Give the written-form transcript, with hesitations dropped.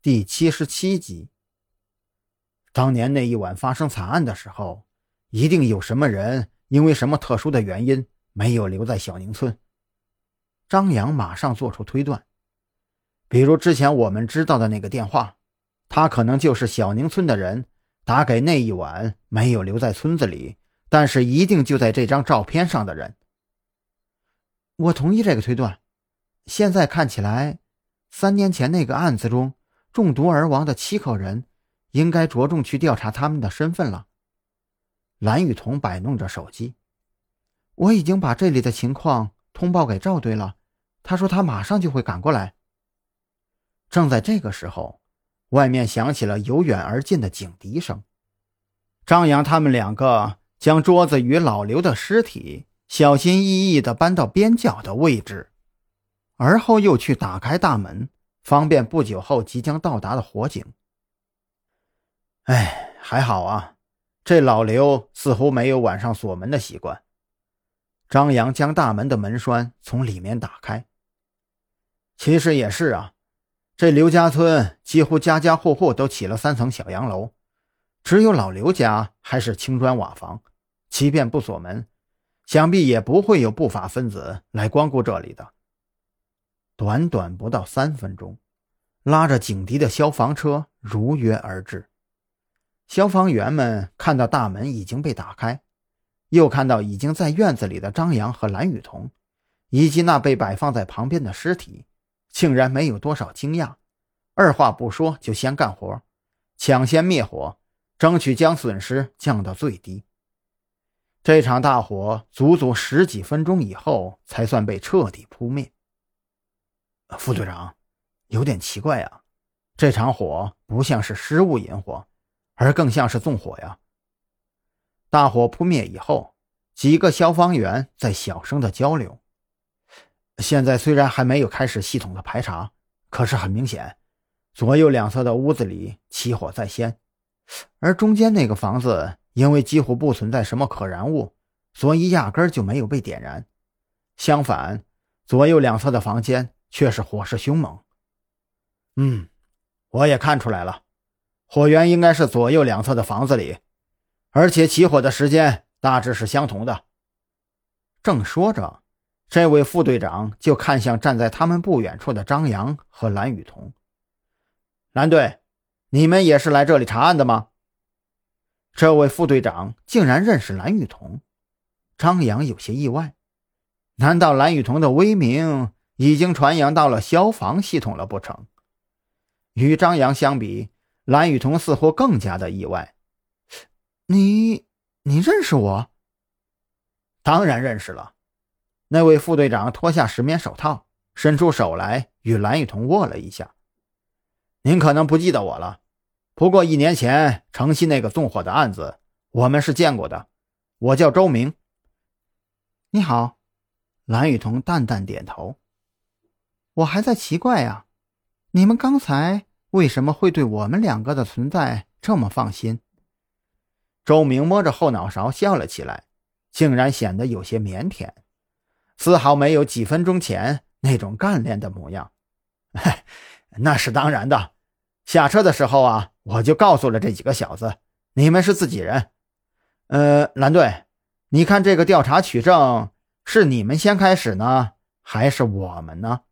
第77集。当年那一晚发生惨案的时候，一定有什么人因为什么特殊的原因没有留在小宁村。张扬马上做出推断，比如之前我们知道的那个电话，他可能就是小宁村的人打给那一晚没有留在村子里，但是一定就在这张照片上的人。我同意这个推断。现在看起来，3年前那个案子中中毒而亡的7口人，应该着重去调查他们的身份了。蓝雨桐摆弄着手机，我已经把这里的情况通报给赵队了，他说他马上就会赶过来。正在这个时候，外面响起了由远而近的警笛声。张扬他们2个将桌子与老刘的尸体小心翼翼地搬到边角的位置，而后又去打开大门，方便不久后即将到达的火警。还好啊，这老刘似乎没有晚上锁门的习惯。张扬将大门的门栓从里面打开。其实也是啊，这刘家村几乎家家户户都起了3层小洋楼，只有老刘家还是青砖瓦房，即便不锁门，想必也不会有不法分子来光顾这里的。短短不到3分钟，拉着警笛的消防车如约而至。消防员们看到大门已经被打开，又看到已经在院子里的张扬和蓝雨桐，以及那被摆放在旁边的尸体，竟然没有多少惊讶，二话不说就先干活，抢先灭火，争取将损失降到最低。这场大火足足10几分钟以后才算被彻底扑灭。副队长，有点奇怪啊，这场火不像是失误引火，而更像是纵火呀。大火扑灭以后，几个消防员在小声的交流。现在虽然还没有开始系统的排查，可是很明显，左右两侧的屋子里起火在先，而中间那个房子因为几乎不存在什么可燃物，所以压根就没有被点燃。相反，左右两侧的房间却是火势凶猛。我也看出来了，火源应该是左右两侧的房子里，而且起火的时间大致是相同的。正说着，这位副队长就看向站在他们不远处的张扬和蓝雨桐。蓝队，你们也是来这里查案的吗？这位副队长竟然认识蓝雨桐。张扬有些意外，难道蓝雨桐的威名已经传扬到了消防系统了不成？与张扬相比，蓝雨桐似乎更加的意外。你认识我？当然认识了。那位副队长脱下10面手套，伸出手来与蓝雨桐握了一下。您可能不记得我了，不过1年前城西那个纵火的案子，我们是见过的。我叫周明。你好。蓝雨桐淡淡点头。我还在奇怪啊，你们刚才为什么会对我们2个的存在这么放心？周明摸着后脑勺笑了起来，竟然显得有些腼腆，丝毫没有几分钟前那种干练的模样。那是当然的，下车的时候啊，我就告诉了这几个小子，你们是自己人。蓝队，你看这个调查取证是你们先开始呢，还是我们呢？